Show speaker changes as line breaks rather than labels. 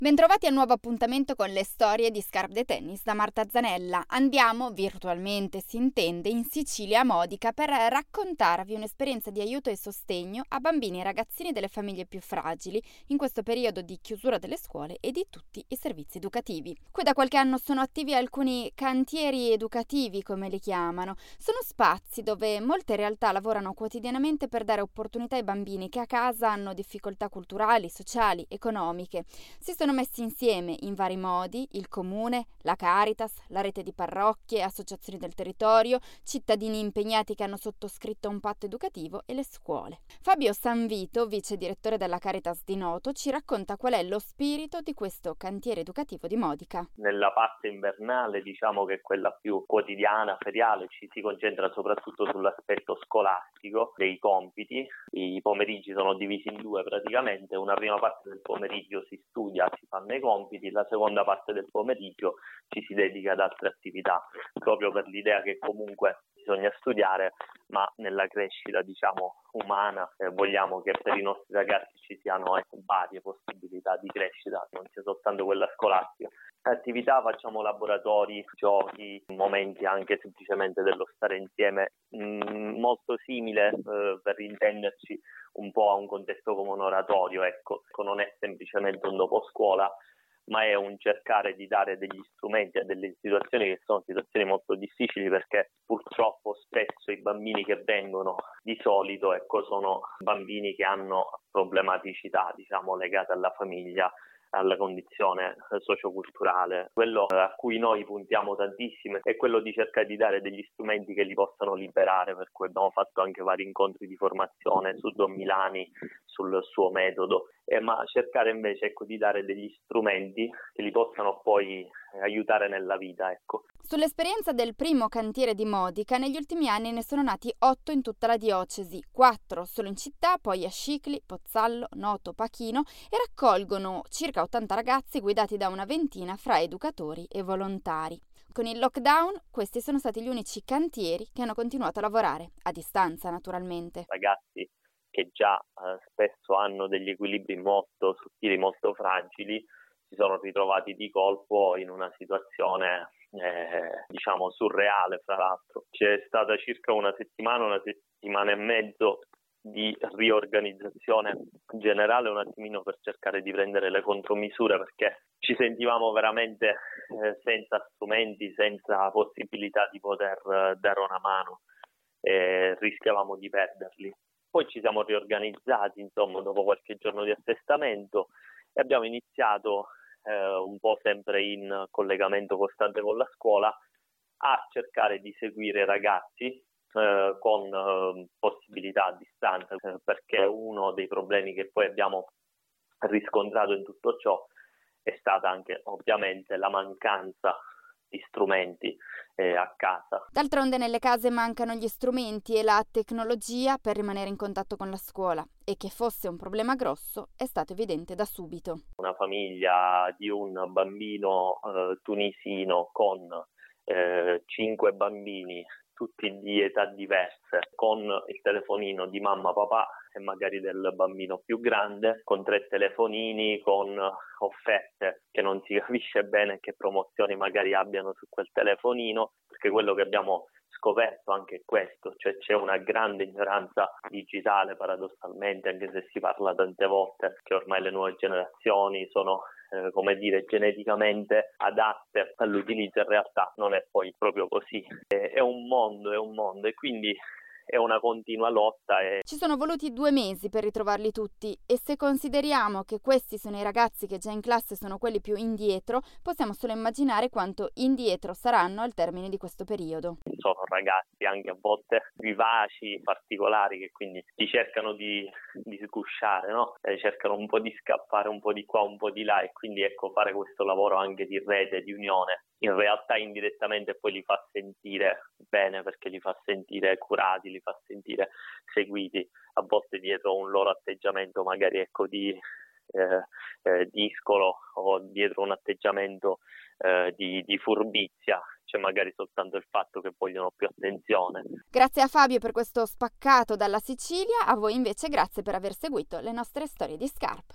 Bentrovati al nuovo appuntamento con le storie di Scarpe de Tennis da Marta Zanella. Andiamo, virtualmente si intende, in Sicilia a Modica per raccontarvi un'esperienza di aiuto e sostegno a bambini e ragazzini delle famiglie più fragili in questo periodo di chiusura delle scuole e di tutti i servizi educativi. Qui da qualche anno sono attivi alcuni cantieri educativi, come li chiamano. Sono spazi dove molte realtà lavorano quotidianamente per dare opportunità ai bambini che a casa hanno difficoltà culturali, sociali, economiche. Si sono messi insieme in vari modi il comune, la Caritas, la rete di parrocchie, associazioni del territorio, cittadini impegnati che hanno sottoscritto un patto educativo e le scuole. Fabio Sanvito, vice direttore della Caritas di Noto, ci racconta qual è lo spirito di questo cantiere educativo di Modica.
Nella parte invernale, diciamo che è quella più quotidiana, feriale, ci si concentra soprattutto sull'aspetto scolastico dei compiti. I pomeriggi sono divisi in due praticamente, una prima parte del pomeriggio si studia, si fanno i compiti, la seconda parte del pomeriggio ci si dedica ad altre attività, proprio per l'idea che comunque bisogna studiare, ma nella crescita, diciamo, umana, vogliamo che per i nostri ragazzi ci siano varie possibilità di crescita, non sia soltanto quella scolastica. Attività, facciamo laboratori, giochi, momenti anche semplicemente dello stare insieme, molto simile, per intenderci, un po' a un contesto come un oratorio, ecco, non è semplicemente un dopo scuola, ma è un cercare di dare degli strumenti a delle situazioni che sono situazioni molto difficili, perché purtroppo spesso i bambini che vengono di solito, ecco, sono bambini che hanno problematicità, diciamo, legate alla famiglia, alla condizione socioculturale. Quello a cui noi puntiamo tantissimo è quello di cercare di dare degli strumenti che li possano liberare, per cui abbiamo fatto anche vari incontri di formazione su Don Milani, sul suo metodo, ma cercare invece, ecco, di dare degli strumenti che li possano poi aiutare nella vita, ecco.
Sull'esperienza del primo cantiere di Modica, negli ultimi anni ne sono nati 8 in tutta la diocesi, 4 solo in città, poi a Scicli, Pozzallo, Noto, Pachino, e raccolgono circa 80 ragazzi guidati da una ventina fra educatori e volontari. Con il lockdown questi sono stati gli unici cantieri che hanno continuato a lavorare, a distanza naturalmente.
Ragazzi che già spesso hanno degli equilibri molto sottili, molto fragili, si sono ritrovati di colpo in una situazione diciamo surreale. Fra l'altro c'è stata circa una settimana e mezzo di riorganizzazione generale, un attimino per cercare di prendere le contromisure, perché ci sentivamo veramente senza strumenti, senza possibilità di poter dare una mano, e rischiavamo di perderli. Poi ci siamo riorganizzati, insomma, dopo qualche giorno di assestamento, e abbiamo iniziato un po' sempre in collegamento costante con la scuola a cercare di seguire i ragazzi con possibilità a distanza, perché uno dei problemi che poi abbiamo riscontrato in tutto ciò è stata anche ovviamente la mancanza di strumenti a casa.
D'altronde nelle case mancano gli strumenti e la tecnologia per rimanere in contatto con la scuola, e che fosse un problema grosso è stato evidente da subito.
Una famiglia di un bambino tunisino con 5 bambini, tutti di età diverse, con il telefonino di mamma, papà e magari del bambino più grande, con 3 telefonini, con offerte che non si capisce bene che promozioni magari abbiano su quel telefonino, perché quello che abbiamo scoperto anche è questo, cioè c'è una grande ignoranza digitale paradossalmente, anche se si parla tante volte che ormai le nuove generazioni sono geneticamente adatte all'utilizzo. In realtà non è poi proprio così, è un mondo e quindi è una continua lotta.
Ci sono voluti 2 mesi per ritrovarli tutti, e se consideriamo che questi sono i ragazzi che già in classe sono quelli più indietro, possiamo solo immaginare quanto indietro saranno al termine di questo periodo.
Sono ragazzi anche a volte vivaci, particolari, che quindi ti cercano di sgusciare, no? Cercano un po' di scappare, un po' di qua, un po' di là, e quindi ecco, fare questo lavoro anche di rete, di unione, in realtà indirettamente poi li fa sentire bene, perché li fa sentire curati, li fa sentire seguiti, a volte dietro un loro atteggiamento magari ecco di discolo, o dietro un atteggiamento di furbizia c'è magari soltanto il fatto che vogliono più attenzione.
Grazie a Fabio per questo spaccato dalla Sicilia, a voi invece grazie per aver seguito le nostre storie di Scarpe.